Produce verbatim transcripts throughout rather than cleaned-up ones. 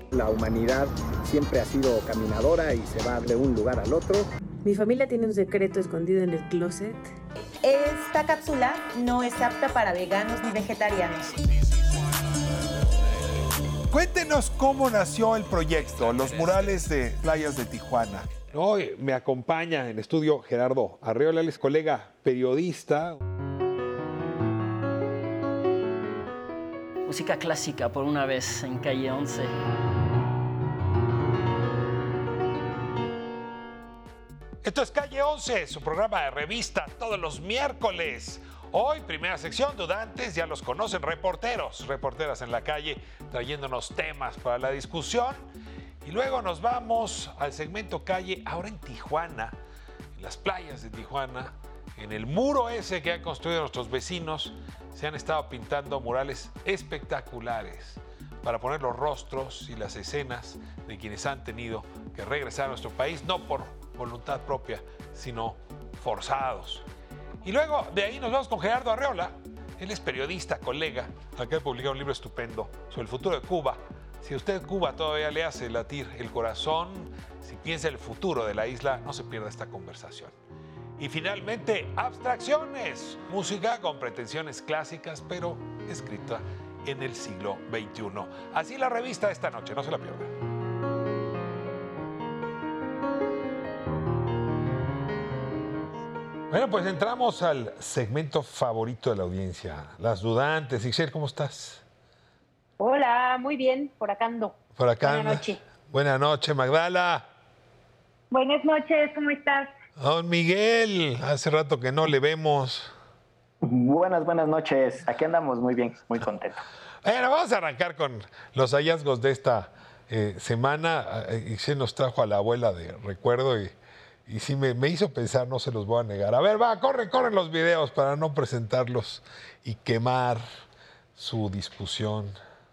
La humanidad siempre ha sido caminadora y se va de un lugar al otro. Mi familia tiene un secreto escondido en el closet. Esta cápsula no es apta para veganos ni vegetarianos. Cuéntenos cómo nació el proyecto, los murales de playas de Tijuana. Hoy me acompaña en estudio Gerardo Arreola, él es colega periodista. Música clásica por una vez en Calle once. Esto es Calle once, su programa de revista todos los miércoles. Hoy, primera sección, dudantes, ya los conocen, reporteros, reporteras en la calle, trayéndonos temas para la discusión. Y luego nos vamos al segmento calle, ahora en Tijuana, en las playas de Tijuana, en el muro ese que han construido nuestros vecinos, se han estado pintando murales espectaculares para poner los rostros y las escenas de quienes han tenido que regresar a nuestro país, no por voluntad propia, sino forzados. Y luego de ahí nos vamos con Gerardo Arreola. Él es periodista, colega, acaba de publicar un libro estupendo sobre el futuro de Cuba. Si a usted Cuba todavía le hace latir el corazón, si piensa en el futuro de la isla, no se pierda esta conversación. Y finalmente, abstracciones, música con pretensiones clásicas, pero escrita en el siglo veintiuno. Así la revista esta noche, no se la pierda. Bueno, pues entramos al segmento favorito de la audiencia, las dudantes. Ixchel, ¿cómo estás? Hola, muy bien, por acá ando. Por acá. Buenas noches. Buenas noches, Magdala. Buenas noches, ¿cómo estás? Don Miguel, hace rato que no le vemos. Buenas, buenas noches. Aquí andamos muy bien, muy contentos. Bueno, vamos a arrancar con los hallazgos de esta eh, semana. Ixchel nos trajo a la abuela de recuerdo y, y sí me, me hizo pensar, no se los voy a negar. A ver, va, corre, corren los videos para no presentarlos y quemar su discusión.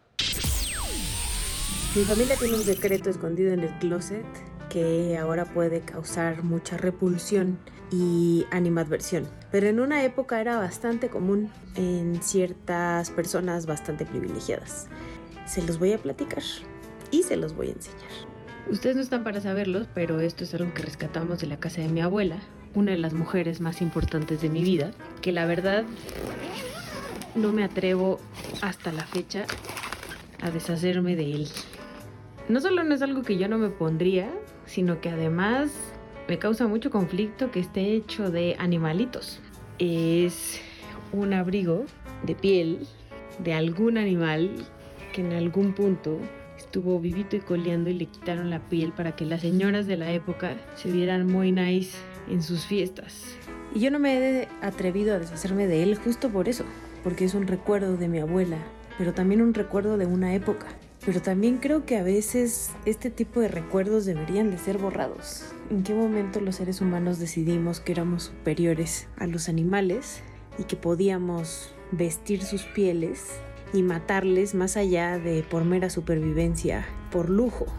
Mi familia tiene un secreto escondido en el closet que ahora puede causar mucha repulsión y animadversión. Pero en una época era bastante común en ciertas personas bastante privilegiadas. Se los voy a platicar y se los voy a enseñar. Ustedes no están para saberlos, pero esto es algo que rescatamos de la casa de mi abuela, una de las mujeres más importantes de mi vida, que la verdad no me atrevo hasta la fecha a deshacerme de él. No solo no es algo que yo no me pondría, sino que además me causa mucho conflicto que esté hecho de animalitos. Es un abrigo de piel de algún animal que en algún punto estuvo vivito y coleando y le quitaron la piel para que las señoras de la época se vieran muy nice en sus fiestas. Y yo no me he atrevido a deshacerme de él justo por eso, porque es un recuerdo de mi abuela, pero también un recuerdo de una época. Pero también creo que a veces este tipo de recuerdos deberían de ser borrados. ¿En qué momento los seres humanos decidimos que éramos superiores a los animales y que podíamos vestir sus pieles y matarles más allá de por mera supervivencia, por lujo?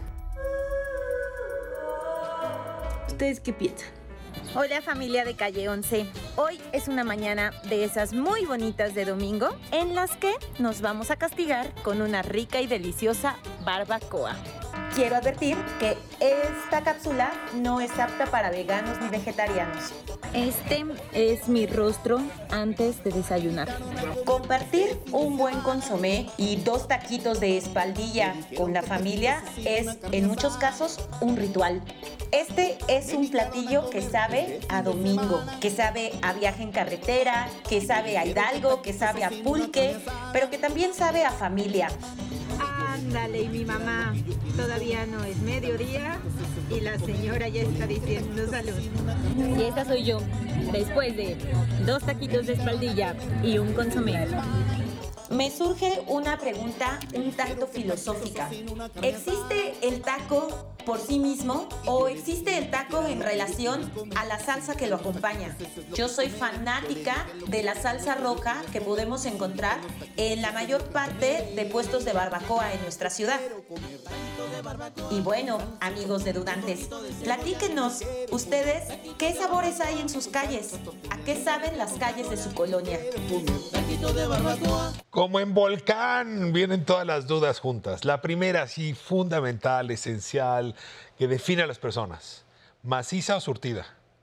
¿Ustedes qué piensan? Hola familia de Calle once. Hoy es una mañana de esas muy bonitas de domingo en las que nos vamos a castigar con una rica y deliciosa barbacoa. Quiero advertir que esta cápsula no es apta para veganos ni vegetarianos. Este es mi rostro antes de desayunar. Compartir un buen consomé y dos taquitos de espaldilla con la familia es, en muchos casos, un ritual. Este es un platillo que sabe a domingo, que sabe a viaje en carretera, que sabe a Hidalgo, que sabe a pulque, pero que también sabe a familia. Ándale, y mi mamá, todavía no es mediodía y la señora ya está diciendo salud. Y esa soy yo, después de dos taquitos de espaldilla y un consomé. Me surge una pregunta un tanto filosófica. ¿Existe el taco por sí mismo o existe el taco en relación a la salsa que lo acompaña? Yo soy fanática de la salsa roja que podemos encontrar en la mayor parte de puestos de barbacoa en nuestra ciudad. Y bueno, amigos de Dudantes, platíquenos ustedes qué sabores hay en sus calles, a qué saben las calles de su colonia. Como en Volcán, vienen todas las dudas juntas. La primera, sí, fundamental, esencial, que define a las personas. ¿Maciza o surtida?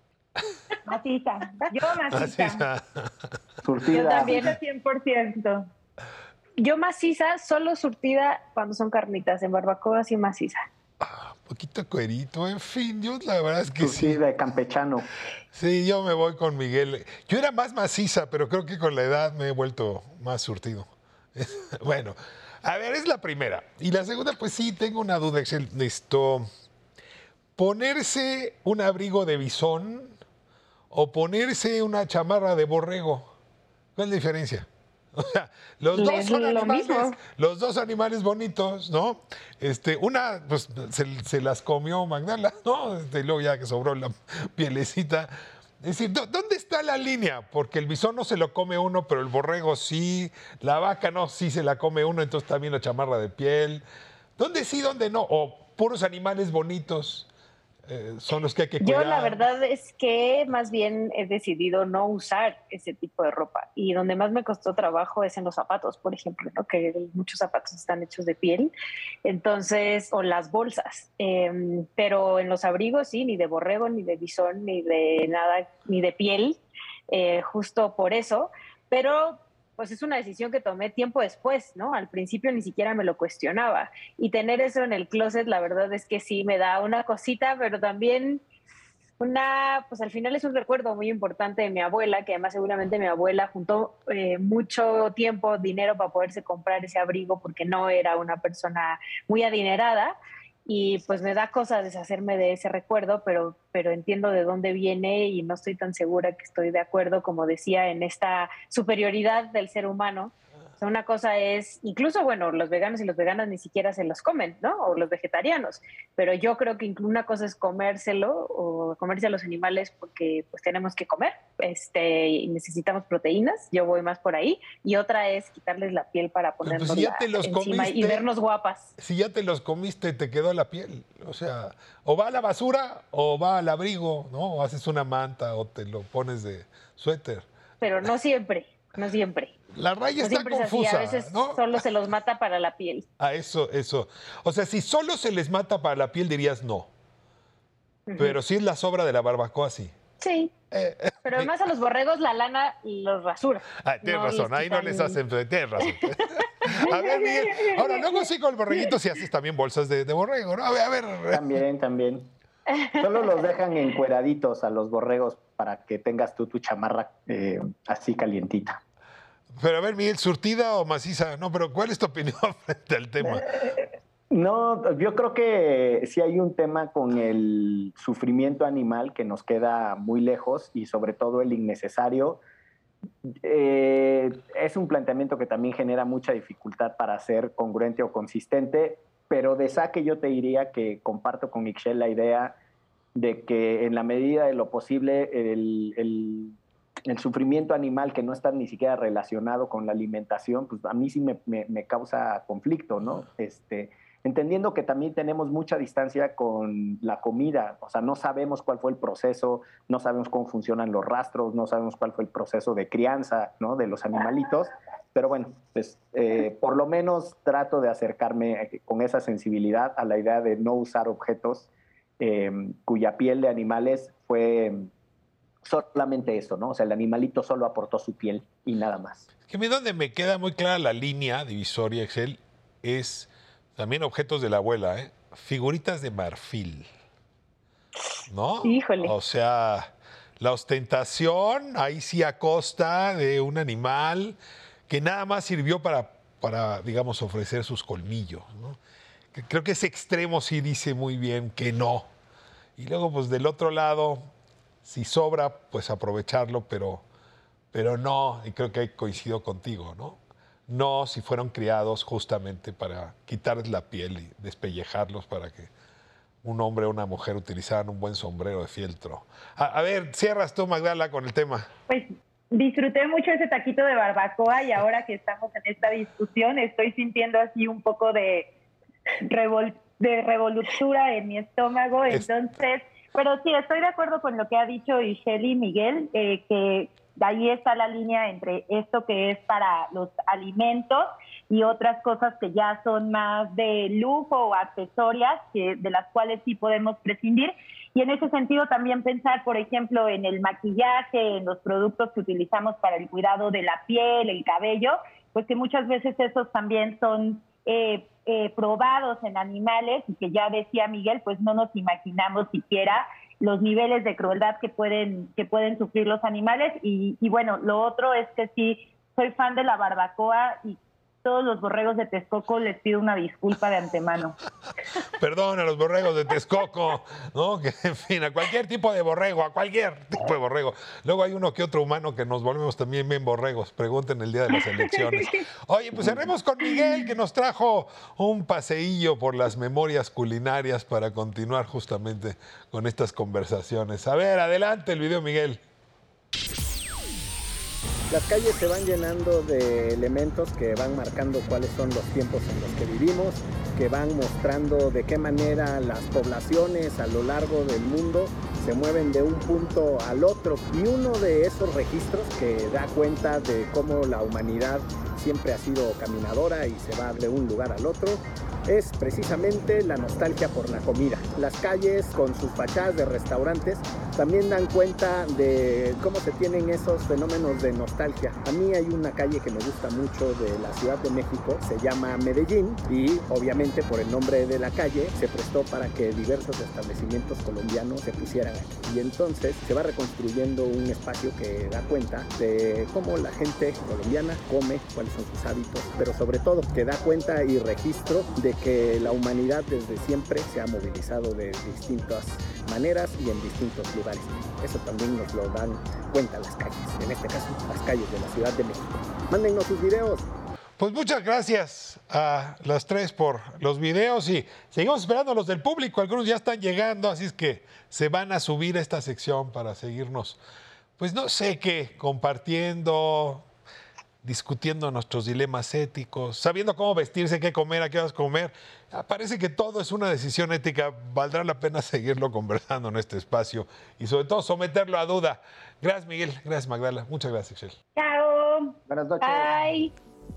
Maciza. Yo maciza. Maciza. Surtida. Yo también cien por ciento. Yo maciza, solo surtida cuando son carnitas. En barbacoa sí maciza. Ah, poquito cuerito, en fin, yo la verdad es que sí. Surtida de campechano. Sí, yo me voy con Miguel. Yo era más maciza, pero creo que con la edad me he vuelto más surtido. Bueno, a ver, es la primera. Y la segunda, pues sí, tengo una duda, Excel. Esto, ¿ponerse un abrigo de bisón o ponerse una chamarra de borrego? ¿Cuál es la diferencia? O sea, los dos Es son lo animales, mismo. los dos animales bonitos, ¿no? Este, una, pues se, se las comió Magdala, ¿no? Este, y luego ya que sobró la pielecita. Es decir, ¿dó- ¿dónde está la línea? Porque el bisón no se lo come uno, pero el borrego sí, la vaca no, sí se la come uno, entonces también la chamarra de piel. ¿Dónde sí, dónde no? O puros animales bonitos eh, son los que hay que Yo cuidar. la verdad es que más bien he decidido no usar ese tipo de ropa y donde más me costó trabajo es en los zapatos, por ejemplo, ¿no? Que muchos zapatos están hechos de piel, entonces, o las bolsas, eh, pero en los abrigos sí, ni de borrego, ni de bisón, ni de nada, ni de piel, eh, justo por eso, pero pues es una decisión que tomé tiempo después, ¿no? Al principio ni siquiera me lo cuestionaba. Y tener eso en el closet, la verdad es que sí me da una cosita, pero también una, pues al final es un recuerdo muy importante de mi abuela, que además seguramente mi abuela juntó eh, mucho tiempo, dinero para poderse comprar ese abrigo porque no era una persona muy adinerada. Y pues me da cosa deshacerme de ese recuerdo, pero, pero entiendo de dónde viene y no estoy tan segura que estoy de acuerdo, como decía, en esta superioridad del ser humano. O sea, una cosa es, incluso, bueno, los veganos y los veganas ni siquiera se los comen, ¿no? O los vegetarianos. Pero yo creo que incluso una cosa es comérselo o comerse a los animales porque pues tenemos que comer este, y necesitamos proteínas. Yo voy más por ahí. Y otra es quitarles la piel para Pero, ponernos pues, si ya te los encima y comiste, vernos guapas. si ya te los comiste, te quedó la piel. O sea, o va a la basura o va al abrigo, ¿no? O haces una manta o te lo pones de suéter. Pero no siempre, no siempre. La raya No está siempre es así, confusa, a veces ¿no? solo se los mata para la piel. A eso, eso. O sea, si solo se les mata para la piel, dirías no. Ujú. Pero si es la sobra de la barbacoa, sí. Sí, Eh, eh, pero además a los borregos la lana los rasura. ah, tienes No razón, les ahí no quitan- les hacen... Tienes razón. A ver, Miguel. Ahora, luego sí con el borreguito si haces también bolsas de, de borrego, ¿no? A ver, a ver. También, también. Solo los dejan encueraditos a los borregos para que tengas tú tu chamarra eh, así calientita. Pero a ver, Miguel, ¿surtida o maciza? No, pero ¿cuál es tu opinión frente al tema? No, yo creo que sí hay un tema con el sufrimiento animal que nos queda muy lejos y sobre todo el innecesario. Eh, es un planteamiento que también genera mucha dificultad para ser congruente o consistente, pero de saque yo te diría que comparto con Ixchel la idea de que en la medida de lo posible el, el, el sufrimiento animal que no está ni siquiera relacionado con la alimentación, pues a mí sí me, me, me causa conflicto, ¿no? Este, entendiendo que también tenemos mucha distancia con la comida, o sea, no sabemos cuál fue el proceso, no sabemos cómo funcionan los rastros, no sabemos cuál fue el proceso de crianza, ¿no? De los animalitos, pero bueno, pues eh, por lo menos trato de acercarme con esa sensibilidad a la idea de no usar objetos eh, cuya piel de animales fue solamente eso, ¿no? O sea, el animalito solo aportó su piel y nada más. Que a mí donde me queda muy clara la línea divisoria, Excel, es también objetos de la abuela, ¿eh? Figuritas de marfil, ¿no? Híjole. O sea, la ostentación, ahí sí a costa de un animal que nada más sirvió para, para digamos, ofrecer sus colmillos, ¿no? Que creo que ese extremo sí dice muy bien que no. Y luego, pues, del otro lado, si sobra, pues aprovecharlo, pero, pero no, y creo que ahí coincido contigo, ¿no? No si fueron criados justamente para quitarles la piel y despellejarlos para que un hombre o una mujer utilizaran un buen sombrero de fieltro. A, a ver, cierras tú, Magdala, con el tema. Pues disfruté mucho ese taquito de barbacoa y ahora que estamos en esta discusión estoy sintiendo así un poco de, revol de revolutura en mi estómago. Es- Entonces, pero sí, estoy de acuerdo con lo que ha dicho Ixchel y Miguel, eh, que ahí está la línea entre esto que es para los alimentos y otras cosas que ya son más de lujo o accesorias, que, de las cuales sí podemos prescindir. Y en ese sentido también pensar, por ejemplo, en el maquillaje, en los productos que utilizamos para el cuidado de la piel, el cabello, pues que muchas veces esos también son eh, eh, probados en animales y que ya decía Miguel, pues no nos imaginamos siquiera los niveles de crueldad que pueden, que pueden sufrir los animales. Y, y bueno, lo otro es que sí, soy fan de la barbacoa y todos los borregos de Texcoco les pido una disculpa de antemano. Perdón a los borregos de Texcoco, ¿no? Que, en fin, a cualquier tipo de borrego, a cualquier tipo de borrego. Luego hay uno que otro humano que nos volvemos también bien borregos. Pregunten el día de las elecciones. Oye, pues cerremos con Miguel, que nos trajo un paseillo por las memorias culinarias para continuar justamente con estas conversaciones. A ver, adelante el video, Miguel. Las calles se van llenando de elementos que van marcando cuáles son los tiempos en los que vivimos, que van mostrando de qué manera las poblaciones a lo largo del mundo se mueven de un punto al otro. Y uno de esos registros que da cuenta de cómo la humanidad siempre ha sido caminadora y se va de un lugar al otro es precisamente la nostalgia por la comida. Las calles con sus fachadas de restaurantes también dan cuenta de cómo se tienen esos fenómenos de nostalgia. A mí hay una calle que me gusta mucho de la Ciudad de México, se llama Medellín, y obviamente por el nombre de la calle se prestó para que diversos establecimientos colombianos se pusieran aquí. Y entonces se va reconstruyendo un espacio que da cuenta de cómo la gente colombiana come, cuáles son sus hábitos, pero sobre todo que da cuenta y registro de que la humanidad desde siempre se ha movilizado de distintas maneras y en distintos lugares. Eso también nos lo dan cuenta las calles, en este caso las calles de la Ciudad de México. Mándennos sus videos. Pues muchas gracias a las tres por los videos y seguimos esperando a los del público. Algunos ya están llegando, así es que se van a subir a esta sección para seguirnos, pues no sé qué, compartiendo, discutiendo nuestros dilemas éticos, sabiendo cómo vestirse, qué comer, a qué vas a comer. Parece que todo es una decisión ética. Valdrá la pena seguirlo conversando en este espacio y sobre todo someterlo a duda. Gracias, Miguel. Gracias, Magdala. Muchas gracias, Excel. Chao. Buenas noches. Bye.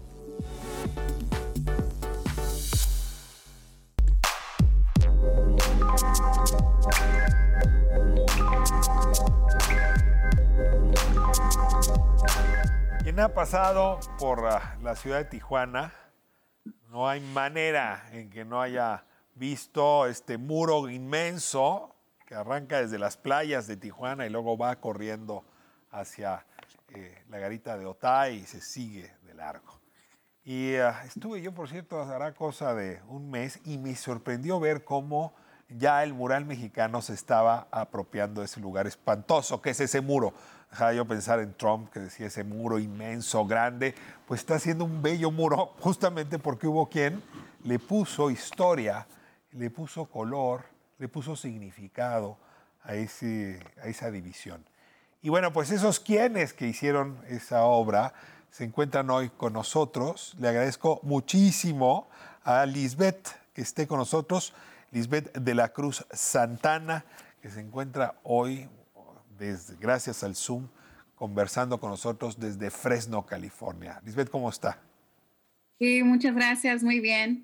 Quien ha pasado por uh, la ciudad de Tijuana, no hay manera en que no haya visto este muro inmenso que arranca desde las playas de Tijuana y luego va corriendo hacia eh, la garita de Otay y se sigue de largo. Y uh, estuve yo, por cierto, hará cosa de un mes y me sorprendió ver cómo ya el mural mexicano se estaba apropiando de ese lugar espantoso que es ese muro. Dejaba yo pensar en Trump, que decía ese muro inmenso, grande, pues está haciendo un bello muro justamente porque hubo quien le puso historia, le puso color, le puso significado a, ese, a esa división. Y bueno, pues esos quienes que hicieron esa obra se encuentran hoy con nosotros. Le agradezco muchísimo a Lisbeth que esté con nosotros, Lisbeth de la Cruz Santana, que se encuentra hoy, desde, gracias al Zoom, conversando con nosotros desde Fresno, California. Lisbeth, ¿cómo está? Sí, muchas gracias, muy bien.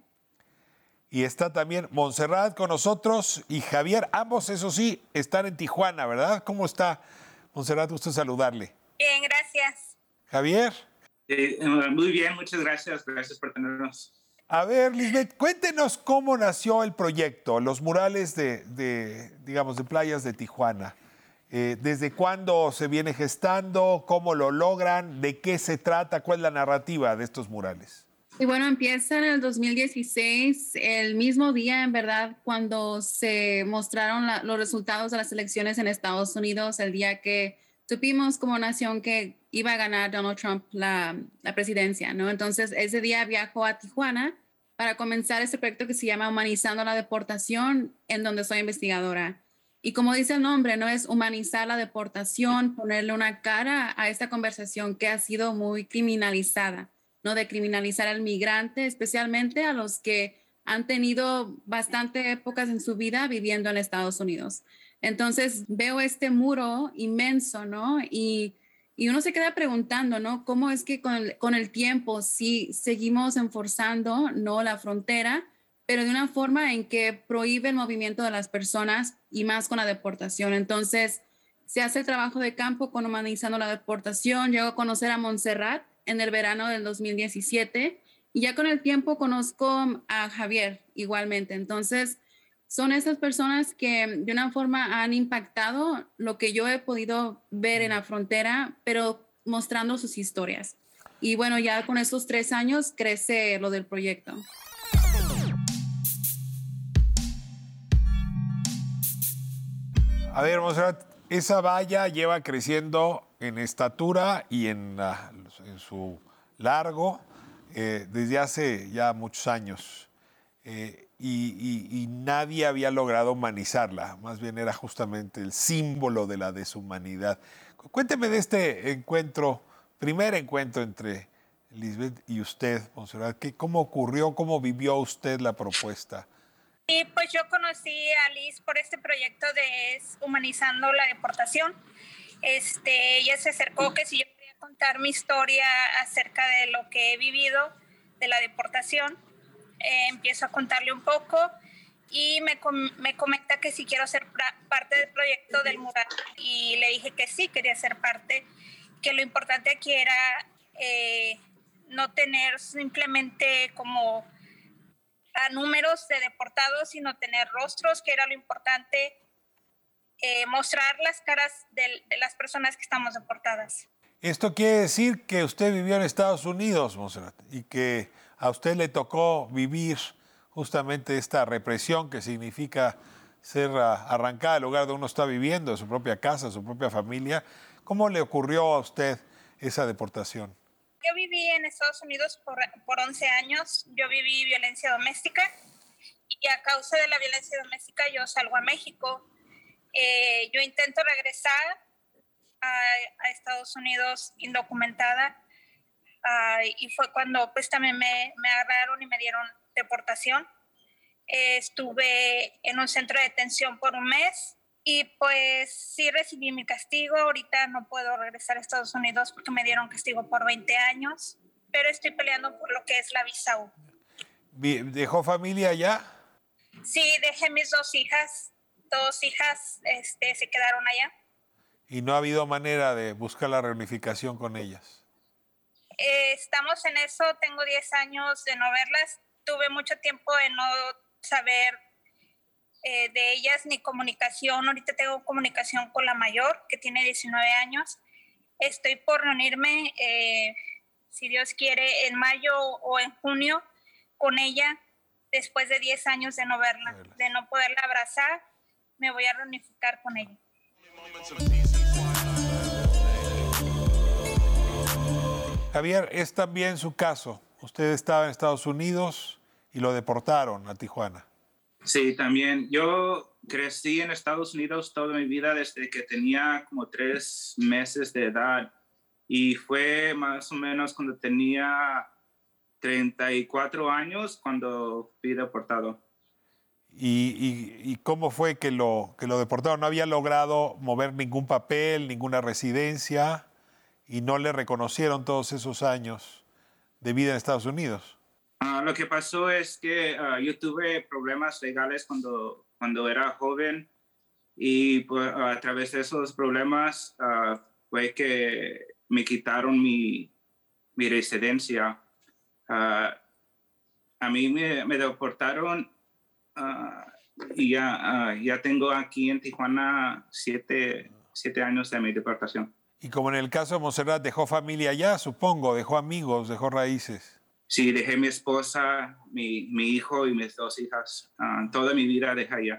Y está también Montserrat con nosotros y Javier, ambos, eso sí, están en Tijuana, ¿verdad? ¿Cómo está, Montserrat? Gusto saludarle. Bien, gracias. Javier. Eh, muy bien, muchas gracias, gracias por tenernos. A ver, Lisbeth, cuéntenos cómo nació el proyecto, los murales de, de digamos, de playas de Tijuana. Eh, ¿Desde cuándo se viene gestando? ¿Cómo lo logran? ¿De qué se trata? ¿Cuál es la narrativa de estos murales? Y bueno, empieza en el dos mil dieciséis, el mismo día, en verdad, cuando se mostraron la, los resultados de las elecciones en Estados Unidos, el día que supimos como nación que iba a ganar Donald Trump la, la presidencia, ¿no? Entonces, ese día viajó a Tijuana para comenzar este proyecto que se llama Humanizando la Deportación, en donde soy investigadora. Y como dice el nombre, ¿no? Es humanizar la deportación, ponerle una cara a esta conversación que ha sido muy criminalizada, ¿no? De criminalizar al migrante, especialmente a los que han tenido bastante épocas en su vida viviendo en Estados Unidos. Entonces veo este muro inmenso, ¿no? Y Y uno se queda preguntando, ¿no? ¿Cómo es que con el, con el tiempo sí seguimos enforzando, ¿no?, la frontera, pero de una forma en que prohíbe el movimiento de las personas y más con la deportación? Entonces, se hace el trabajo de campo con humanizando la deportación. Llego a conocer a Montserrat en el verano del dos mil diecisiete y ya con el tiempo conozco a Javier igualmente. Entonces, son esas personas que de una forma han impactado lo que yo he podido ver en la frontera, pero mostrando sus historias. Y bueno, ya con esos tres años crece lo del proyecto. A ver, Montserrat, esa valla lleva creciendo en estatura y en, uh, en su largo eh, desde hace ya muchos años. Eh, y, y, y nadie había logrado humanizarla, más bien era justamente el símbolo de la deshumanidad. Cuénteme de este encuentro, primer encuentro entre Lisbeth y usted, Montserrat. ¿Cómo ocurrió, cómo vivió usted la propuesta? Y pues yo conocí a Liz por este proyecto de Humanizando la Deportación. Este, ella se acercó que si yo quería contar mi historia acerca de lo que he vivido de la deportación. Eh, empiezo a contarle un poco y me, com me comenta que si quiero ser parte del proyecto del mural, y le dije que sí, quería ser parte, que lo importante aquí era eh, no tener simplemente como a números de deportados, sino tener rostros, que era lo importante, eh, mostrar las caras de, de las personas que estamos deportadas. Esto quiere decir que usted vivió en Estados Unidos, Montserrat, y que a usted le tocó vivir justamente esta represión que significa ser arrancada del lugar donde uno está viviendo, de su propia casa, de su propia familia. ¿Cómo le ocurrió a usted esa deportación? Yo viví en Estados Unidos por, por once años. Yo viví violencia doméstica y a causa de la violencia doméstica yo salgo a México. Eh, yo intento regresar a, a Estados Unidos indocumentada. Uh, y fue cuando pues también me, me agarraron y me dieron deportación. Eh, estuve en un centro de detención por un mes y pues sí recibí mi castigo. Ahorita no puedo regresar a Estados Unidos porque me dieron castigo por veinte años, pero estoy peleando por lo que es la visa U. ¿Dejó familia allá? Sí, dejé mis dos hijas. Dos hijas este, se quedaron allá. ¿Y no ha habido manera de buscar la reunificación con ellas? Eh, estamos en eso, tengo diez años de no verlas, tuve mucho tiempo de no saber eh, de ellas ni comunicación. Ahorita tengo comunicación con la mayor, que tiene diecinueve años. Estoy por reunirme, eh, si Dios quiere, en mayo o en junio con ella, después de diez años de no verla, de no poderla abrazar. Me voy a reunificar con ella. Javier, es también su caso. Usted estaba en Estados Unidos y lo deportaron a Tijuana. Sí, también. Yo crecí en Estados Unidos toda mi vida desde que tenía como tres meses de edad. Y fue más o menos cuando tenía treinta y cuatro años cuando fui deportado. ¿Y, y, y cómo fue que lo, que lo deportaron? ¿No había logrado mover ningún papel, ninguna residencia? ¿Y no le reconocieron todos esos años de vida en Estados Unidos? Uh, lo que pasó es que uh, yo tuve problemas legales cuando, cuando era joven y pues, uh, a través de esos problemas uh, fue que me quitaron mi, mi residencia. Uh, a mí me, me deportaron uh, y ya, uh, ya tengo aquí en Tijuana siete, siete años de mi deportación. Y como en el caso de Montserrat, dejó familia allá, supongo, dejó amigos, dejó raíces. Sí, dejé mi esposa, mi, mi hijo y mis dos hijas. Uh, toda mi vida dejé allá.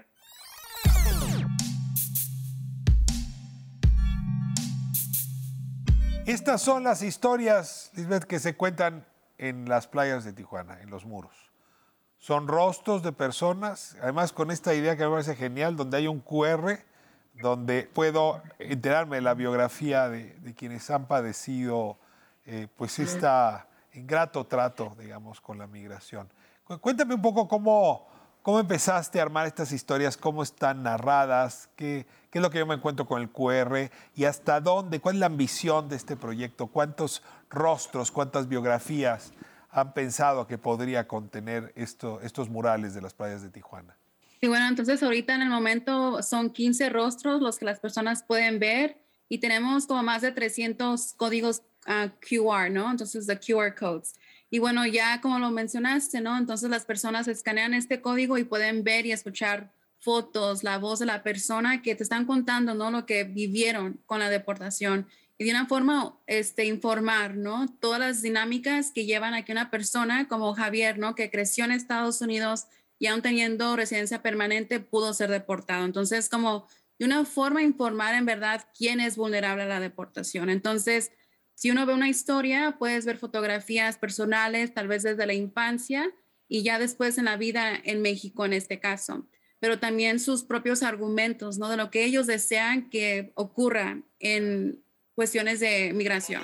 Estas son las historias, Lisbeth, que se cuentan en las playas de Tijuana, en los muros. Son rostros de personas, además con esta idea que me parece genial, donde hay un cu erre, donde puedo enterarme de la biografía de, de quienes han padecido eh, pues este ingrato trato, digamos, con la migración. Cuéntame un poco cómo, ¿Cómo empezaste a armar estas historias? ¿Cómo están narradas? ¿Qué, qué es lo que yo me encuentro con el Q R? ¿Y hasta dónde? ¿Cuál es la ambición de este proyecto? ¿Cuántos rostros, cuántas biografías han pensado que podría contener esto, estos murales de las playas de Tijuana? Sí, bueno, entonces ahorita en el momento son quince rostros los que las personas pueden ver y tenemos como más de trescientos códigos uh, Q R, ¿no? Entonces, the Q R codes. Y bueno, ya como lo mencionaste, ¿no? Entonces las personas escanean este código y pueden ver y escuchar fotos, la voz de la persona que te están contando, ¿no? Lo que vivieron con la deportación. Y de una forma, este, informar, ¿no? Todas las dinámicas que llevan a que una persona como Javier, ¿no? Que creció en Estados Unidos y aún teniendo residencia permanente, pudo ser deportado. Entonces, como de una forma informar en verdad quién es vulnerable a la deportación. Entonces, si uno ve una historia, puedes ver fotografías personales, tal vez desde la infancia y ya después en la vida en México en este caso, pero también sus propios argumentos, ¿no? De lo que ellos desean que ocurra en cuestiones de migración.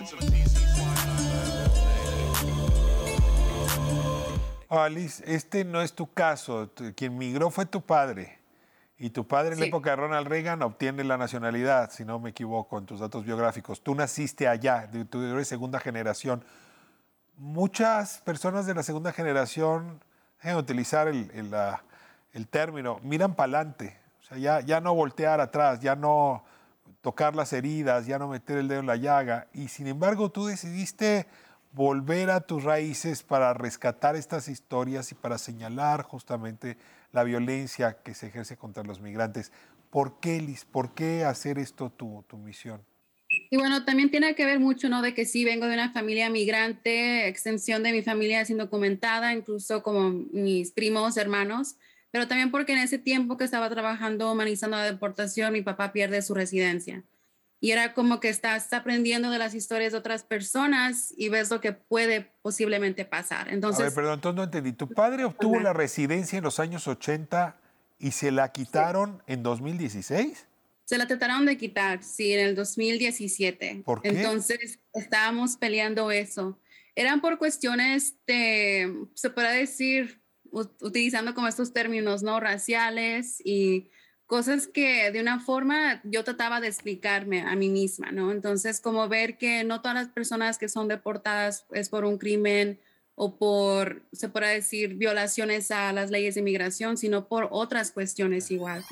Oh, Alice, este no es tu caso. Quien migró fue tu padre. Y tu padre en sí. la época de Ronald Reagan obtiene la nacionalidad, si no me equivoco, en tus datos biográficos. Tú naciste allá, tú eres segunda generación. Muchas personas de la segunda generación, déjenme utilizar el, el, la, el término, miran para adelante. O sea, ya, ya no voltear atrás, ya no tocar las heridas, ya no meter el dedo en la llaga. Y sin embargo, tú decidiste volver a tus raíces para rescatar estas historias y para señalar justamente la violencia que se ejerce contra los migrantes. ¿Por qué, Liz? ¿Por qué hacer esto tu, tu misión? Y bueno, también tiene que ver mucho, ¿no? De que sí, vengo de una familia migrante, extensión de mi familia es indocumentada, incluso como mis primos, hermanos, pero también porque en ese tiempo que estaba trabajando humanizando la deportación, mi papá pierde su residencia. Y era como que estás aprendiendo de las historias de otras personas y ves lo que puede posiblemente pasar. Entonces, a ver, perdón, entonces no entendí. ¿Tu padre obtuvo la residencia en los años ochenta y se la quitaron sí. en dos mil dieciséis? Se la trataron de quitar, sí, en el dos mil diecisiete. ¿Por qué? Entonces estábamos peleando eso. Eran por cuestiones de, se puede decir, utilizando como estos términos, ¿no? Raciales y cosas que de una forma yo trataba de explicarme a mí misma, ¿no? Entonces, como ver que no todas las personas que son deportadas es por un crimen o por, se puede decir, violaciones a las leyes de inmigración, sino por otras cuestiones igual.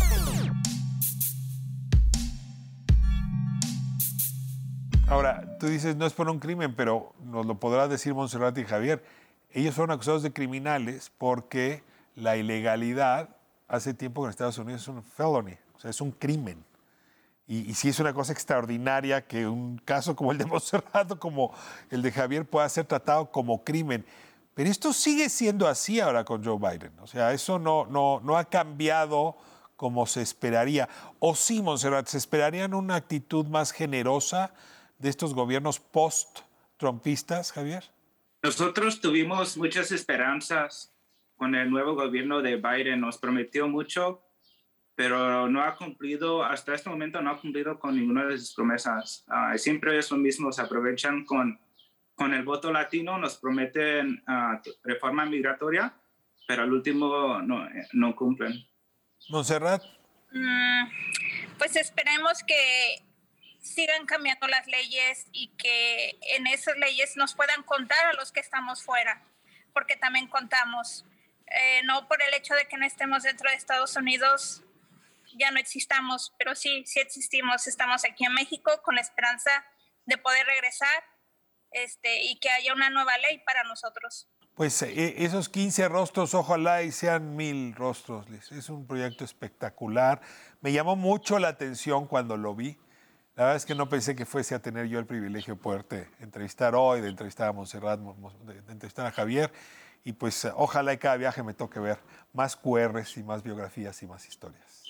Ahora, tú dices no es por un crimen, pero nos lo podrás decir Montserrat y Javier. Ellos fueron acusados de criminales porque la ilegalidad hace tiempo que en Estados Unidos es un felony, o sea, es un crimen. Y, y sí es una cosa extraordinaria que un caso como el de Montserrat o como el de Javier pueda ser tratado como crimen. Pero esto sigue siendo así ahora con Joe Biden. O sea, eso no, no, no ha cambiado como se esperaría. O sí, Montserrat, ¿se esperarían una actitud más generosa de estos gobiernos post-trumpistas, Javier? Nosotros tuvimos muchas esperanzas con el nuevo gobierno de Biden. Nos prometió mucho, pero no ha cumplido, hasta este momento no ha cumplido con ninguna de sus promesas. Uh, siempre es lo mismo, se aprovechan con, con el voto latino, nos prometen uh, reforma migratoria, pero al último no, no cumplen. Montserrat. Mm, pues esperemos que sigan cambiando las leyes y que en esas leyes nos puedan contar a los que estamos fuera, porque también contamos. Eh, no por el hecho de que no estemos dentro de Estados Unidos ya no existamos, pero sí, sí existimos. Estamos aquí en México con la esperanza de poder regresar este, y que haya una nueva ley para nosotros. Pues eh, esos quince rostros, ojalá y sean mil rostros, Liz. Es un proyecto espectacular. Me llamó mucho la atención cuando lo vi. La verdad es que no pensé que fuese a tener yo el privilegio de poderte entrevistar hoy, de entrevistar a Montserrat, de, de entrevistar a Javier. Y pues ojalá y cada viaje me toque ver más Q Rs y más biografías y más historias.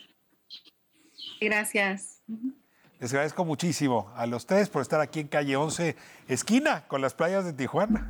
Gracias. Les agradezco muchísimo a los tres por estar aquí en Calle once, esquina con las playas de Tijuana.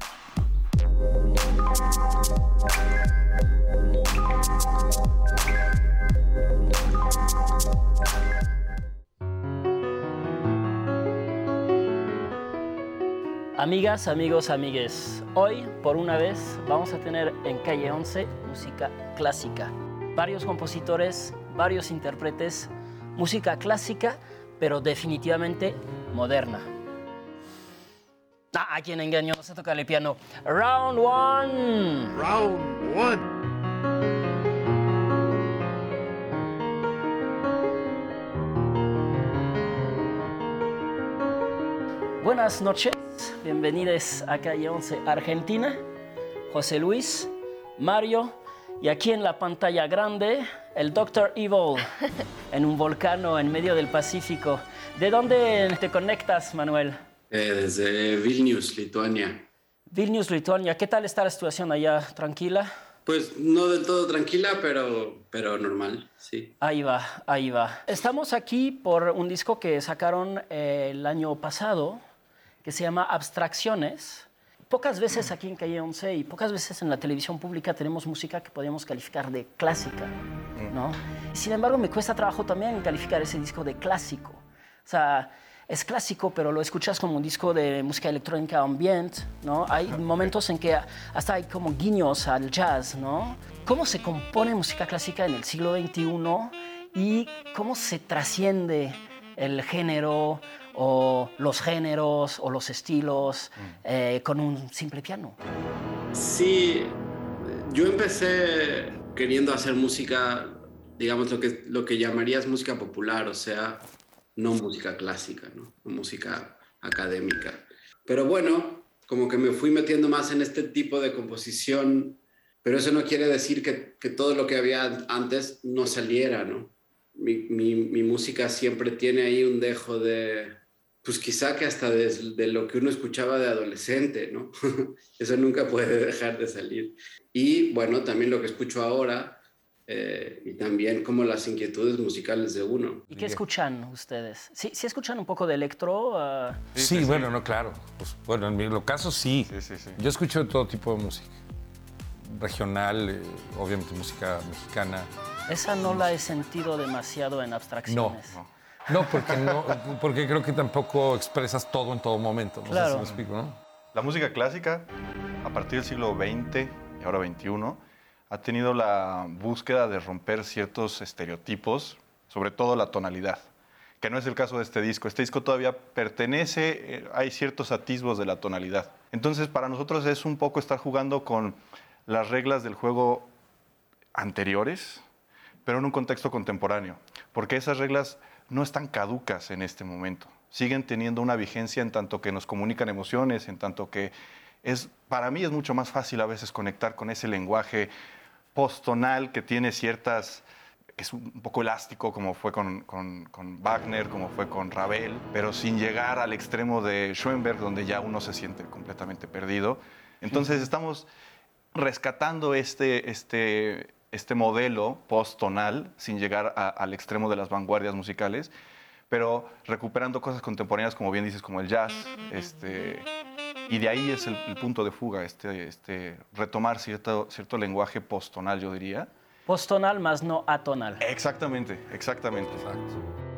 A mí Amigas, amigos, amigues, hoy por una vez vamos a tener en Calle once música clásica. Varios compositores, varios intérpretes, música clásica, pero definitivamente moderna. Ah, ¿a quién engañó? No sé tocar el piano. Round one. Round one. Buenas noches, bienvenidos a Calle once Argentina. José Luis, Mario y aquí en la pantalla grande el doctor Evil en un volcán en medio del Pacífico. ¿De dónde te conectas, Manuel? Eh, desde Vilnius, Lituania. Vilnius, Lituania. ¿Qué tal está la situación allá? ¿Tranquila? Pues no del todo tranquila, pero, pero normal, sí. Ahí va, ahí va. Estamos aquí por un disco que sacaron eh, el año pasado, que se llama Abstracciones. Pocas veces aquí en Calle once y pocas veces en la televisión pública tenemos música que podemos calificar de clásica, ¿no? Y sin embargo, me cuesta trabajo también calificar ese disco de clásico. O sea, es clásico, pero lo escuchas como un disco de música electrónica ambient, ¿no? Hay momentos en que hasta hay como guiños al jazz, ¿no? ¿Cómo se compone música clásica en el siglo veintiuno y cómo se trasciende el género o los géneros o los estilos eh, con un simple piano? Sí, yo empecé queriendo hacer música, digamos, lo que, lo que llamarías música popular, o sea, no música clásica, ¿no? Música académica. Pero bueno, como que me fui metiendo más en este tipo de composición, pero eso no quiere decir que, que todo lo que había antes no saliera, ¿no? Mi, mi, mi música siempre tiene ahí un dejo de, pues quizá que hasta de, de lo que uno escuchaba de adolescente, ¿no? Eso nunca puede dejar de salir. Y bueno, también lo que escucho ahora, eh, y también como las inquietudes musicales de uno. ¿Y qué escuchan ustedes? ¿Sí, sí escuchan un poco de electro? Uh... Sí, sí, sí, bueno, no, claro. Pues, bueno, en mi caso sí. Sí, sí, sí. Yo escucho todo tipo de música. Regional, eh, obviamente música mexicana. Esa no la he sentido demasiado en Abstracciones. No, no. No, porque, no, porque creo que tampoco expresas todo en todo momento. No claro. sé si me explico, ¿no? La música clásica, a partir del siglo veinte y ahora veintiuno, ha tenido la búsqueda de romper ciertos estereotipos, sobre todo la tonalidad, que no es el caso de este disco. Este disco todavía pertenece, eh, hay ciertos atisbos de la tonalidad. Entonces, para nosotros es un poco estar jugando con las reglas del juego anteriores, pero en un contexto contemporáneo, porque esas reglas no están caducas en este momento. Siguen teniendo una vigencia en tanto que nos comunican emociones, en tanto que es, para mí es mucho más fácil a veces conectar con ese lenguaje posttonal que tiene ciertas, que es un poco elástico, como fue con, con, con Wagner, como fue con Ravel, pero sin llegar al extremo de Schoenberg, donde ya uno se siente completamente perdido. Entonces estamos rescatando este... este este modelo post-tonal, sin llegar a, al extremo de las vanguardias musicales, pero recuperando cosas contemporáneas, como bien dices, como el jazz, este, y de ahí es el, el punto de fuga, este, este, retomar cierto, cierto lenguaje post-tonal, yo diría. Post-tonal más no atonal. Exactamente, exactamente. Exacto.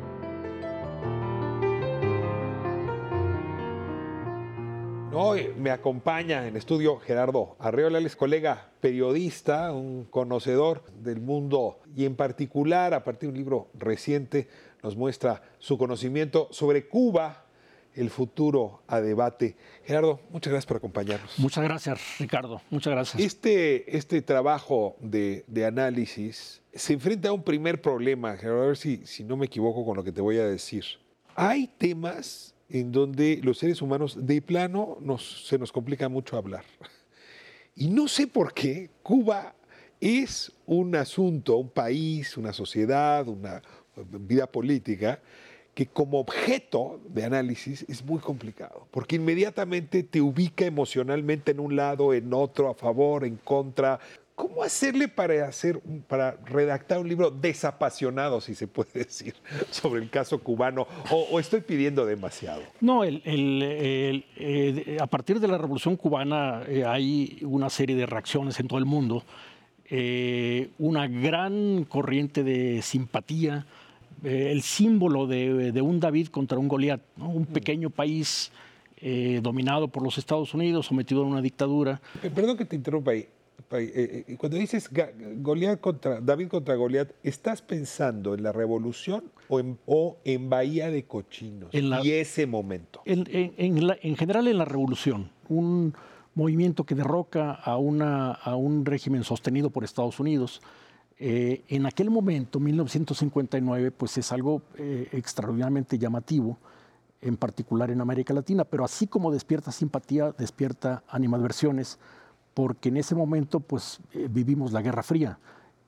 Hoy me acompaña en estudio Gerardo Arreola, él es colega periodista, un conocedor del mundo y en particular, a partir de un libro reciente, nos muestra su conocimiento sobre Cuba, el futuro a debate. Gerardo, muchas gracias por acompañarnos. Muchas gracias, Ricardo. Muchas gracias. Este, este trabajo de, de análisis se enfrenta a un primer problema, Gerardo, a ver si, si no me equivoco con lo que te voy a decir. Hay temas en donde los seres humanos de plano nos, se nos complica mucho hablar. Y no sé por qué Cuba es un asunto, un país, una sociedad, una vida política que como objeto de análisis es muy complicado, porque inmediatamente te ubica emocionalmente en un lado, en otro, a favor, en contra. ¿Cómo hacerle para, hacer, para redactar un libro desapasionado, si se puede decir, sobre el caso cubano? ¿O, o estoy pidiendo demasiado? No, el, el, el, eh, a partir de la Revolución Cubana eh, hay una serie de reacciones en todo el mundo, eh, una gran corriente de simpatía, eh, el símbolo de, de un David contra un Goliat, ¿no? Un pequeño país eh, dominado por los Estados Unidos, sometido a una dictadura. Perdón que te interrumpa ahí. Eh, eh, cuando dices Goliat contra, David contra Goliat, ¿estás pensando en la revolución o en, o en Bahía de Cochinos en la, y ese momento? En, en, en, la, en general en la revolución, un movimiento que derroca a, una, a un régimen sostenido por Estados Unidos. Eh, en aquel momento, mil novecientos cincuenta y nueve, pues es algo eh, extraordinariamente llamativo, en particular en América Latina, pero así como despierta simpatía, despierta animadversiones, porque en ese momento pues eh, vivimos la Guerra Fría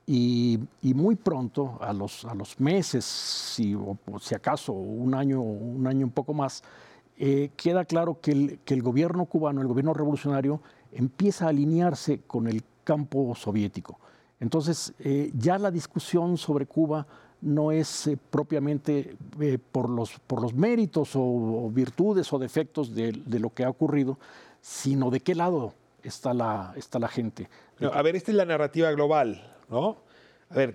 y, y muy pronto, a los, a los meses, si, o, o si acaso un año, un año un poco más, eh, queda claro que el, que el gobierno cubano, el gobierno revolucionario, empieza a alinearse con el campo soviético. Entonces eh, ya la discusión sobre Cuba no es eh, propiamente eh, por, los, por los méritos o, o virtudes o defectos de, de lo que ha ocurrido, sino de qué lado está la, está la gente. No, a ver, esta es la narrativa global, ¿no? A ver,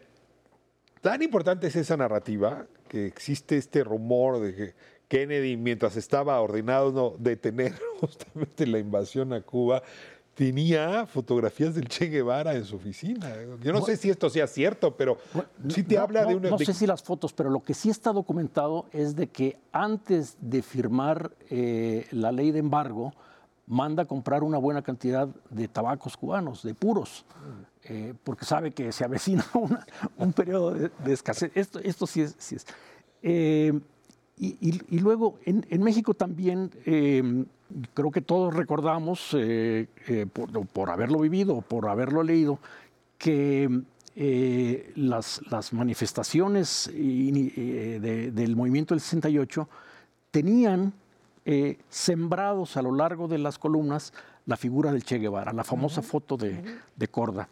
tan importante es esa narrativa que existe este rumor de que Kennedy, mientras estaba ordenado no, detener justamente la invasión a Cuba, tenía fotografías del Che Guevara en su oficina. Yo no bueno, sé si esto sea cierto, pero bueno, sí te no, habla no, de una... No de... sé si las fotos, pero lo que sí está documentado es de que antes de firmar eh, la ley de embargo, manda a comprar una buena cantidad de tabacos cubanos, de puros, eh, porque sabe que se avecina una, un periodo de, de escasez. Esto, esto sí es. Sí es. Eh, y, y, y luego, en, en México también, eh, creo que todos recordamos, eh, eh, por, por haberlo vivido, por haberlo leído, que eh, las, las manifestaciones eh, de, del movimiento del sesenta y ocho tenían Eh, sembrados a lo largo de las columnas la figura del Che Guevara, la famosa uh-huh. foto de, uh-huh. de Korda.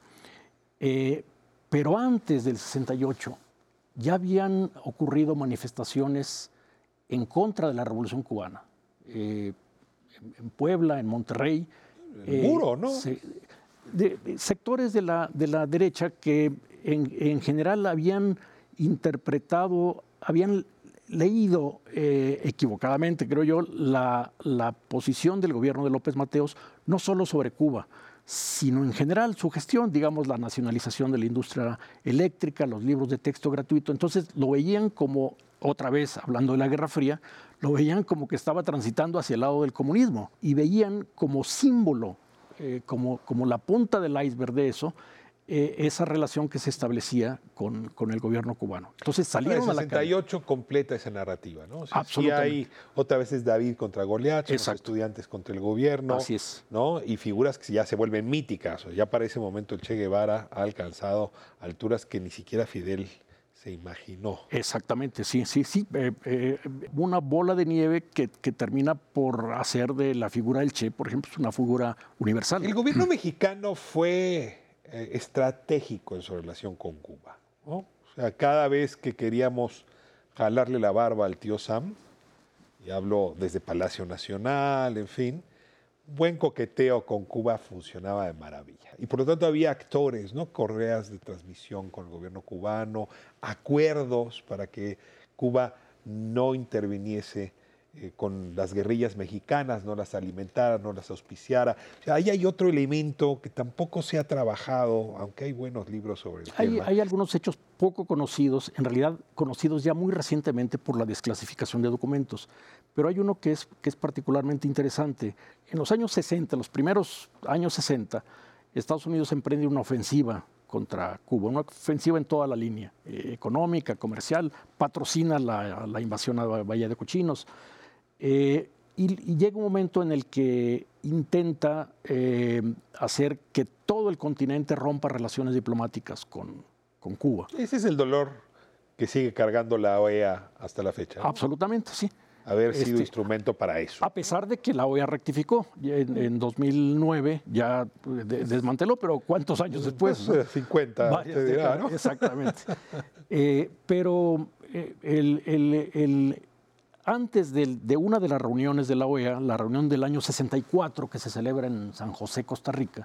Eh, pero antes del sesenta y ocho ya habían ocurrido manifestaciones en contra de la Revolución Cubana. Eh, en, en Puebla, en Monterrey. El eh, muro, ¿no? Se, de, de sectores de la, de la derecha que en, en general habían interpretado, habían leído eh, equivocadamente, creo yo, la, la posición del gobierno de López Mateos, no solo sobre Cuba, sino en general su gestión, digamos, la nacionalización de la industria eléctrica, los libros de texto gratuito. Entonces lo veían como, otra vez hablando de la Guerra Fría, lo veían como que estaba transitando hacia el lado del comunismo y veían como símbolo, eh, como, como la punta del iceberg de eso, Eh, esa relación que se establecía con, con el gobierno cubano. Entonces salieron a la calle. El sesenta y ocho completa esa narrativa, ¿no? O sea, absolutamente. Sí hay, otra vez es David contra Goliat, los estudiantes contra el gobierno. Así es. ¿No? Y figuras que ya se vuelven míticas. O sea, ya para ese momento el Che Guevara ha alcanzado alturas que ni siquiera Fidel se imaginó. Exactamente, sí, sí, sí. Eh, eh, una bola de nieve que, que termina por hacer de la figura del Che, por ejemplo, es una figura universal. El gobierno mexicano fue estratégico en su relación con Cuba, ¿no? O sea, cada vez que queríamos jalarle la barba al tío Sam, y hablo desde Palacio Nacional, en fin, buen coqueteo con Cuba funcionaba de maravilla. Y por lo tanto había actores, ¿no? Correas de transmisión con el gobierno cubano, acuerdos para que Cuba no interviniese Eh, con las guerrillas mexicanas, no las alimentara, no las auspiciara. O sea, ahí hay otro elemento que tampoco se ha trabajado, aunque hay buenos libros sobre el hay, tema. Hay algunos hechos poco conocidos, en realidad conocidos ya muy recientemente por la desclasificación de documentos, pero hay uno que es, que es particularmente interesante. En los años sesenta, los primeros años sesenta, Estados Unidos emprende una ofensiva contra Cuba, una ofensiva en toda la línea, eh, económica, comercial, patrocina la, la invasión a Bahía de Cochinos. Eh, y, y llega un momento en el que intenta eh, hacer que todo el continente rompa relaciones diplomáticas con, con Cuba. Ese es el dolor que sigue cargando la O E A hasta la fecha, ¿no? Absolutamente, sí. Haber sido este, instrumento para eso. A pesar de que la O E A rectificó, en, en dos mil nueve ya de, desmanteló, pero ¿cuántos años después? Pues, ¿no? cincuenta, Varias te dirá, ¿no? Exactamente. eh, pero eh, el... el, el Antes de, de una de las reuniones de la O E A, la reunión del año sesenta y cuatro que se celebra en San José, Costa Rica,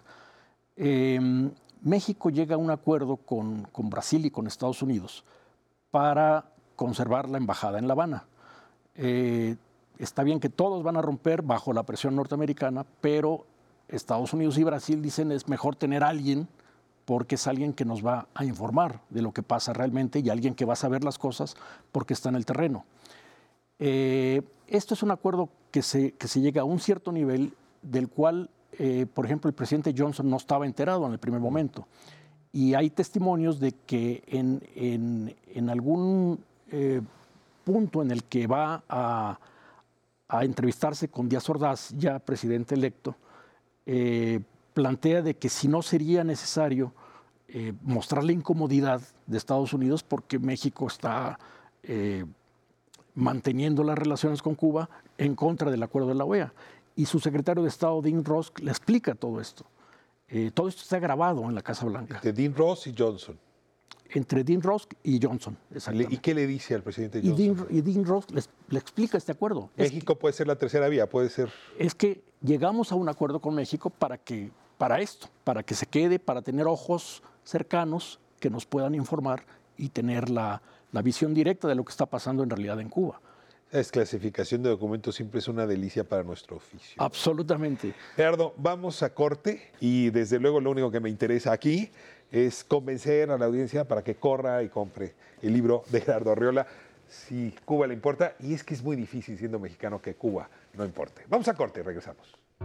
eh, México llega a un acuerdo con, con Brasil y con Estados Unidos para conservar la embajada en La Habana. Eh, está bien que todos van a romper bajo la presión norteamericana, pero Estados Unidos y Brasil dicen es mejor tener a alguien porque es alguien que nos va a informar de lo que pasa realmente y alguien que va a saber las cosas porque está en el terreno. Eh, esto es un acuerdo que se, que se llega a un cierto nivel del cual, eh, por ejemplo, el presidente Johnson no estaba enterado en el primer momento. Y hay testimonios de que en, en, en algún eh, punto en el que va a, a entrevistarse con Díaz Ordaz, ya presidente electo, eh, plantea de que si no sería necesario eh, mostrar la incomodidad de Estados Unidos porque México está eh, manteniendo las relaciones con Cuba en contra del acuerdo de la O E A. Y su secretario de Estado, Dean Ross, le explica todo esto. Eh, todo esto está grabado en la Casa Blanca. Entre Dean Ross y Johnson. Entre Dean Ross y Johnson, exactamente. ¿Y qué le dice al presidente y Johnson? Dean, y Dean Ross le, le explica este acuerdo. México que, puede ser la tercera vía, puede ser... Es que llegamos a un acuerdo con México para, que, para esto, para que se quede, para tener ojos cercanos que nos puedan informar y tener la, la visión directa de lo que está pasando en realidad en Cuba. La desclasificación de documentos siempre es una delicia para nuestro oficio. Absolutamente. Gerardo, vamos a corte y desde luego lo único que me interesa aquí es convencer a la audiencia para que corra y compre el libro de Gerardo Arriola, Si Cuba le importa, y es que es muy difícil siendo mexicano que Cuba no importe. Vamos a corte y regresamos.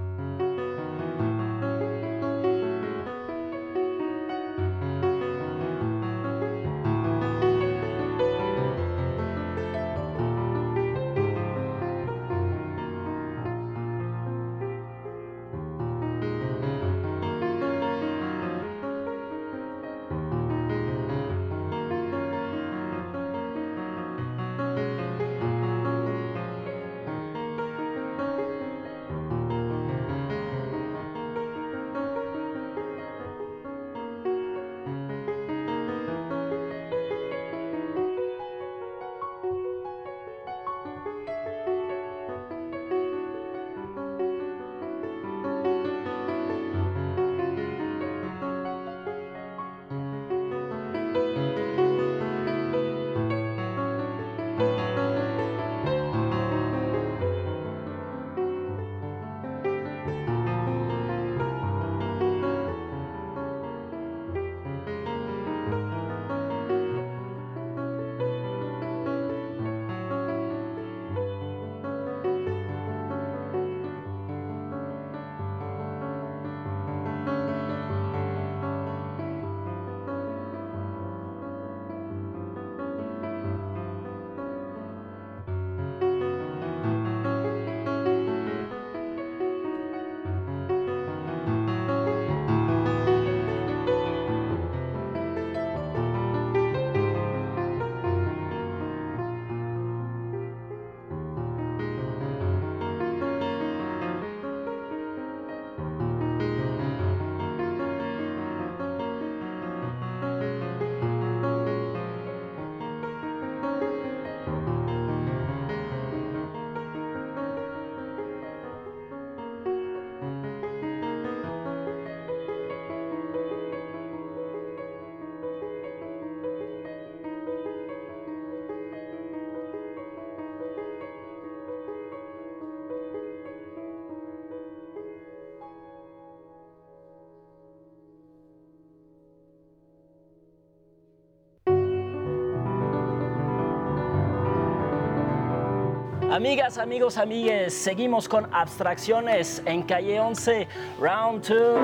Amigas, amigos, amigues, seguimos con Abstracciones en Calle once, Round two.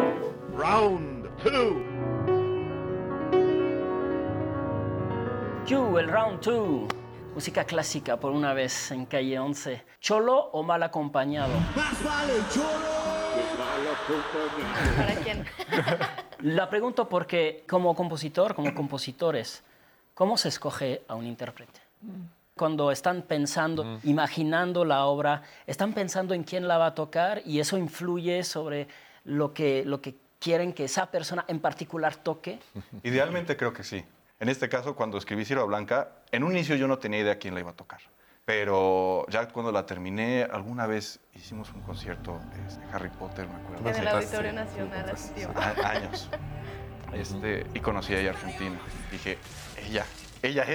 Round two. Q, el Round two. Música clásica por una vez en Calle once. ¿Cholo o mal acompañado? Más vale cholo que mal acompañado. ¿Para quién? La pregunto porque como compositor, como compositores, ¿cómo se escoge a un intérprete? Cuando están pensando, mm. imaginando la obra, están pensando en quién la va a tocar y eso influye sobre lo que, lo que quieren que esa persona en particular toque. Idealmente creo que sí. En este caso, cuando escribí Sierva Blanca, en un inicio yo no tenía idea quién la iba a tocar. Pero ya cuando la terminé, alguna vez hicimos un concierto de Harry Potter, me acuerdo. En el Auditorio Nacional hace tiempo. Años. Este, y conocí a ella argentina. Dije, ella, ella es.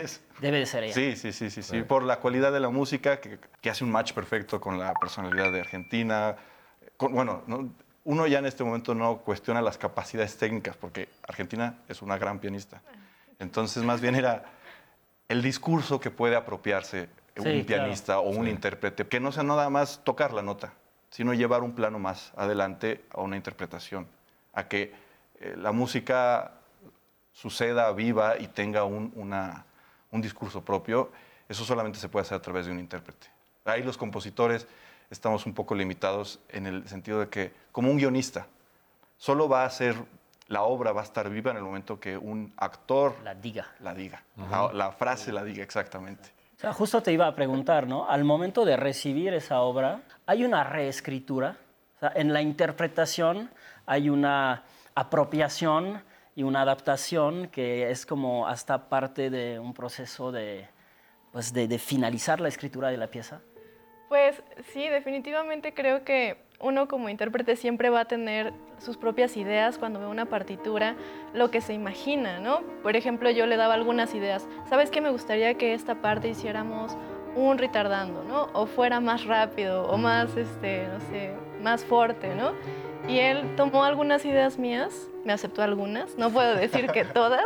Debe de ser ella. Sí, sí, sí, sí, sí. Por la cualidad de la música, que, que hace un match perfecto con la personalidad de Argentina. Con, bueno, ¿no? Uno ya en este momento no cuestiona las capacidades técnicas, porque Argentina es una gran pianista. Entonces, más bien era el discurso que puede apropiarse un Sí, pianista claro. o un Sí. intérprete, que no sea nada más tocar la nota, sino llevar un plano más adelante a una interpretación, a que eh, la música suceda, viva y tenga un, una, un discurso propio. Eso solamente se puede hacer a través de un intérprete. Ahí los compositores estamos un poco limitados en el sentido de que, como un guionista, solo va a ser, la obra va a estar viva en el momento que un actor la diga. La diga, Uh-huh. la, la frase la diga exactamente. O sea, justo te iba a preguntar, ¿no? Al momento de recibir esa obra, ¿hay una reescritura? O sea, en la interpretación hay una apropiación y una adaptación que es como hasta parte de un proceso de, pues de, de finalizar la escritura de la pieza. Pues sí, definitivamente creo que uno como intérprete siempre va a tener sus propias ideas cuando ve una partitura, lo que se imagina, ¿no? Por ejemplo, yo le daba algunas ideas. ¿Sabes qué? Me gustaría que esta parte hiciéramos un retardando, ¿no? O fuera más rápido, o más, este, no sé, más fuerte, ¿no? Y él tomó algunas ideas mías, me aceptó algunas, no puedo decir que todas,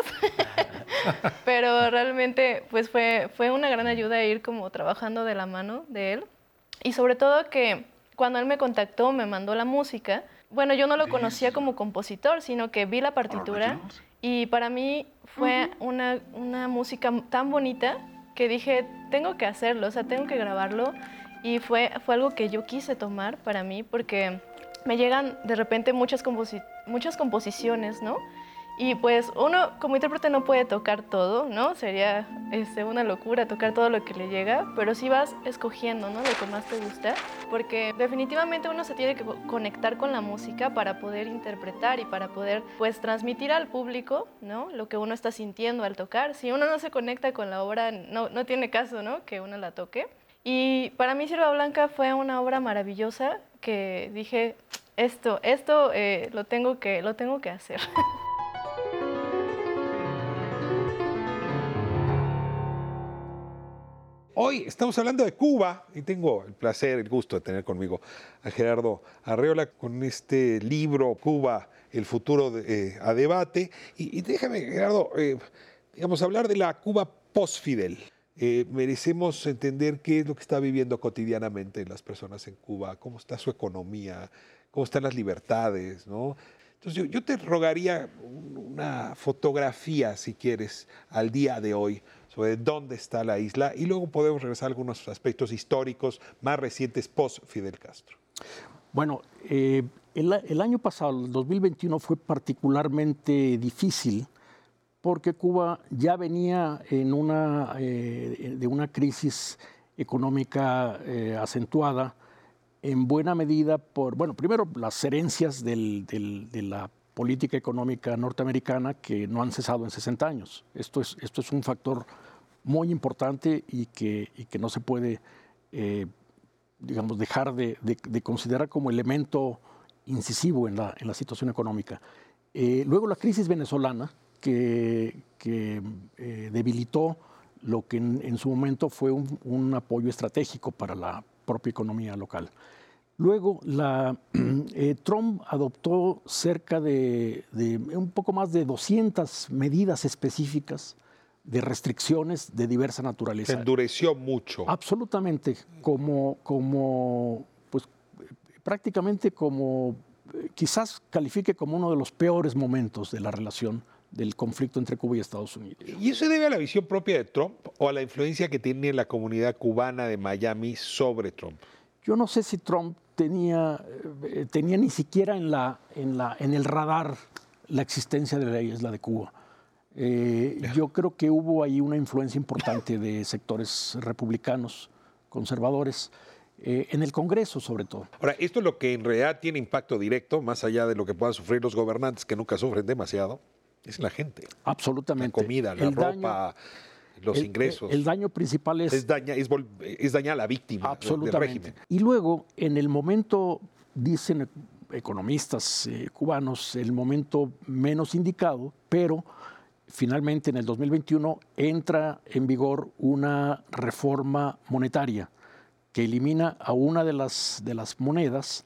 pero realmente pues fue, fue una gran ayuda ir como trabajando de la mano de él. Y sobre todo que cuando él me contactó, me mandó la música, bueno, yo no lo conocía como compositor, sino que vi la partitura y para mí fue una, una música tan bonita que dije, tengo que hacerlo, o sea, tengo que grabarlo. Y fue, fue algo que yo quise tomar para mí porque me llegan de repente muchas, composi muchas composiciones, ¿no? Y pues uno como intérprete no puede tocar todo, ¿no? Sería este, una locura tocar todo lo que le llega, pero sí vas escogiendo, ¿no? Lo que más te gusta, porque definitivamente uno se tiene que conectar con la música para poder interpretar y para poder, pues, transmitir al público, ¿no? Lo que uno está sintiendo al tocar. Si uno no se conecta con la obra, no, no tiene caso, ¿no? Que uno la toque. Y para mí Sierva Blanca fue una obra maravillosa que dije, esto, esto eh, lo tengo que, lo tengo que hacer. Hoy estamos hablando de Cuba y tengo el placer, el gusto de tener conmigo a Gerardo Arreola con este libro Cuba, el futuro de, eh, a debate. Y, y déjame, Gerardo, eh, digamos, hablar de la Cuba post-Fidel. Eh, merecemos entender qué es lo que está viviendo cotidianamente las personas en Cuba, cómo está su economía, cómo están las libertades, ¿no? Entonces yo, yo te rogaría una fotografía, si quieres, al día de hoy, sobre dónde está la isla y luego podemos regresar a algunos aspectos históricos más recientes post-Fidel Castro. Bueno, eh, el, el año pasado, el dos mil veintiuno, fue particularmente difícil porque Cuba ya venía en una, eh, de una crisis económica eh, acentuada, en buena medida por, bueno, primero las herencias del, del, de la política económica norteamericana que no han cesado en sesenta años. Esto es, esto es un factor muy importante y que, y que no se puede, eh, digamos, dejar de, de, de considerar como elemento incisivo en la, en la situación económica. Eh, luego la crisis venezolana, que, que eh, debilitó lo que en, en su momento fue un, un apoyo estratégico para la propia economía local. Luego, la, eh, Trump adoptó cerca de, de un poco más de doscientas medidas específicas de restricciones de diversa naturaleza. Se endureció mucho. Absolutamente, como, como pues, prácticamente como, quizás califique como uno de los peores momentos de la relación del conflicto entre Cuba y Estados Unidos. ¿Y eso se debe a la visión propia de Trump o a la influencia que tiene la comunidad cubana de Miami sobre Trump? Yo no sé si Trump tenía, eh, tenía ni siquiera en, la, en, la, en el radar la existencia de la isla de Cuba. Eh, yo creo que hubo ahí una influencia importante de sectores republicanos, conservadores, eh, en el Congreso sobre todo. Ahora, esto es lo que en realidad tiene impacto directo, más allá de lo que puedan sufrir los gobernantes, que nunca sufren demasiado, es la gente. Absolutamente. La comida, la el ropa, daño, los el, ingresos. El daño principal es... Es, daña, es, es dañar a la víctima del régimen. Y luego, en el momento, dicen economistas eh, cubanos, el momento menos indicado, pero finalmente en el dos mil veintiuno entra en vigor una reforma monetaria que elimina a una de las, de las monedas,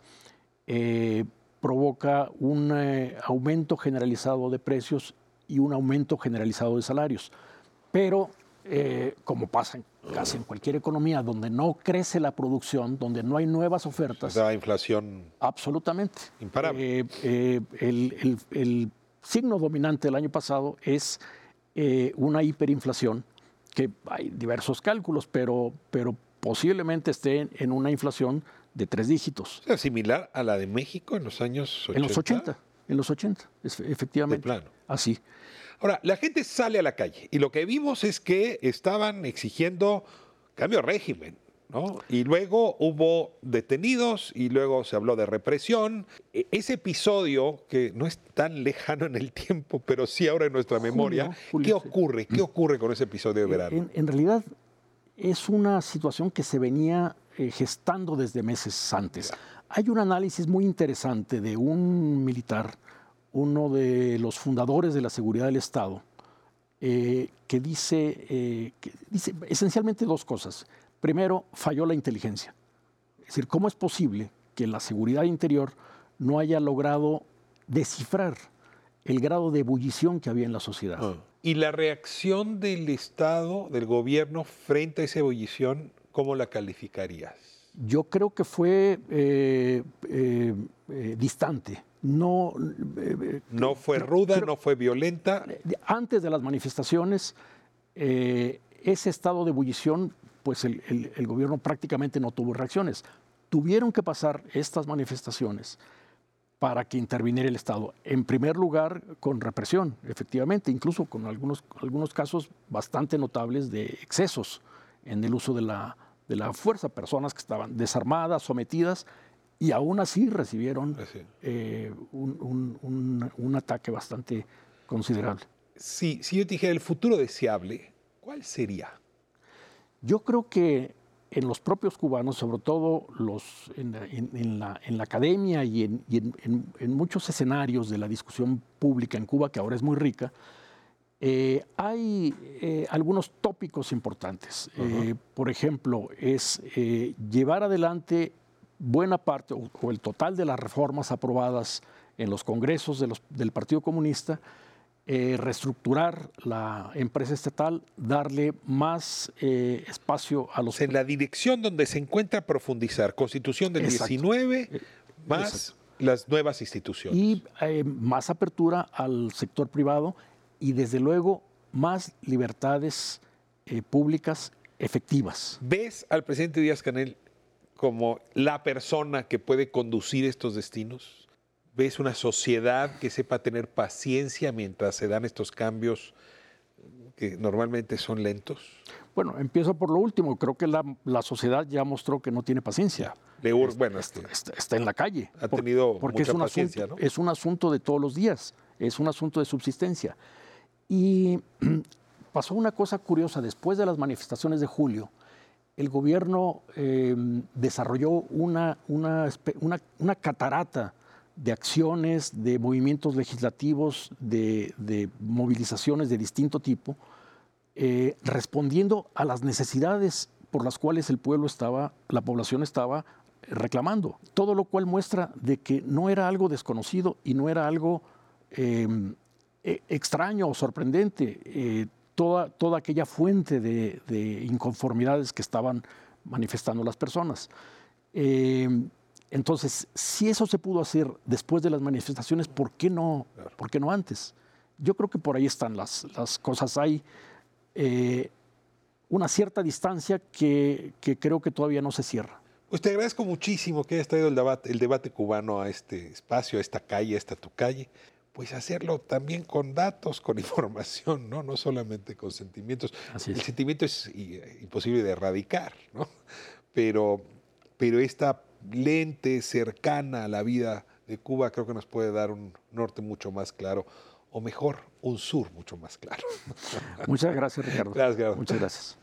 eh, provoca un eh, aumento generalizado de precios y un aumento generalizado de salarios. Pero, eh, como pasa en, casi en cualquier economía, donde no crece la producción, donde no hay nuevas ofertas... La inflación... Absolutamente. Imparable. Eh, eh, el, el, el signo dominante del año pasado es eh, una hiperinflación, que hay diversos cálculos, pero, pero posiblemente esté en una inflación de tres dígitos. O sea, similar a la de México en los años ochenta. En los ochenta, en los ochenta, efectivamente. De plano. Así. Ahora, la gente sale a la calle y lo que vimos es que estaban exigiendo cambio de régimen, ¿no? Y luego hubo detenidos y luego se habló de represión. E- ese episodio, que no es tan lejano en el tiempo, pero sí ahora en nuestra memoria, Julio, Julio, ¿qué sí. ocurre? ¿Qué ocurre con ese episodio de verano? En, en realidad es una situación que se venía eh, gestando desde meses antes. Hay un análisis muy interesante de un militar, uno de los fundadores de la seguridad del Estado, eh, que, dice, eh, que dice esencialmente dos cosas. Primero, falló la inteligencia. Es decir, ¿cómo es posible que la seguridad interior no haya logrado descifrar el grado de ebullición que había en la sociedad? Ah. ¿Y la reacción del Estado, del gobierno, frente a esa ebullición, cómo la calificarías? Yo creo que fue eh, eh, eh, distante. No, eh, no fue ruda, creo, no fue violenta. Antes de las manifestaciones, eh, ese estado de ebullición, pues el, el, el gobierno prácticamente no tuvo reacciones. Tuvieron que pasar estas manifestaciones para que interviniera el Estado. En primer lugar, con represión, efectivamente, incluso con algunos, algunos casos bastante notables de excesos en el uso de la, de la fuerza, personas que estaban desarmadas, sometidas, y aún así recibieron eh, un, un, un, un ataque bastante considerable. Sí, si yo te dijera el futuro deseable, ¿cuál sería? Yo creo que en los propios cubanos, sobre todo los, en, en, en, la, en la academia y, en, y en, en, en muchos escenarios de la discusión pública en Cuba, que ahora es muy rica, eh, hay eh, algunos tópicos importantes. Uh-huh. Eh, por ejemplo, es eh, llevar adelante buena parte o, o el total de las reformas aprobadas en los congresos de los, del Partido Comunista, eh, reestructurar la empresa estatal, darle más eh, espacio a los... En la dirección donde se encuentra profundizar, Constitución del Exacto. diecinueve, más Exacto. las nuevas instituciones. Y eh, más apertura al sector privado y desde luego más libertades eh, públicas efectivas. ¿Ves al presidente Díaz-Canel como la persona que puede conducir estos destinos? ¿Ves una sociedad que sepa tener paciencia mientras se dan estos cambios que normalmente son lentos? Bueno, empiezo por lo último. Creo que la, la sociedad ya mostró que no tiene paciencia. Le ur, bueno, está, está, está en la calle. Ha tenido por, porque mucha es un paciencia, asunto, ¿no? Es un asunto de todos los días. Es un asunto de subsistencia. Y pasó una cosa curiosa. Después de las manifestaciones de julio, el gobierno eh, desarrolló una, una, una, una catarata de acciones, de movimientos legislativos, de, de movilizaciones de distinto tipo, eh, respondiendo a las necesidades por las cuales el pueblo estaba, la población estaba reclamando. Todo lo cual muestra de que no era algo desconocido y no era algo eh, extraño o sorprendente. Eh, toda, toda aquella fuente de, de inconformidades que estaban manifestando las personas. Eh, Entonces, si eso se pudo hacer después de las manifestaciones, ¿por qué no, ¿por qué no antes? Yo creo que por ahí están las, las cosas. Hay eh, una cierta distancia que, que creo que todavía no se cierra. Pues te agradezco muchísimo que hayas traído el debate, el debate cubano a este espacio, a esta calle, a esta tu calle. Pues hacerlo también con datos, con información, ¿no? No solamente con sentimientos. Así es. El sentimiento es imposible de erradicar, ¿no? Pero, pero esta lente, cercana a la vida de Cuba, creo que nos puede dar un norte mucho más claro, o mejor, un sur mucho más claro. Muchas gracias, Ricardo. Gracias, Ricardo. Muchas gracias.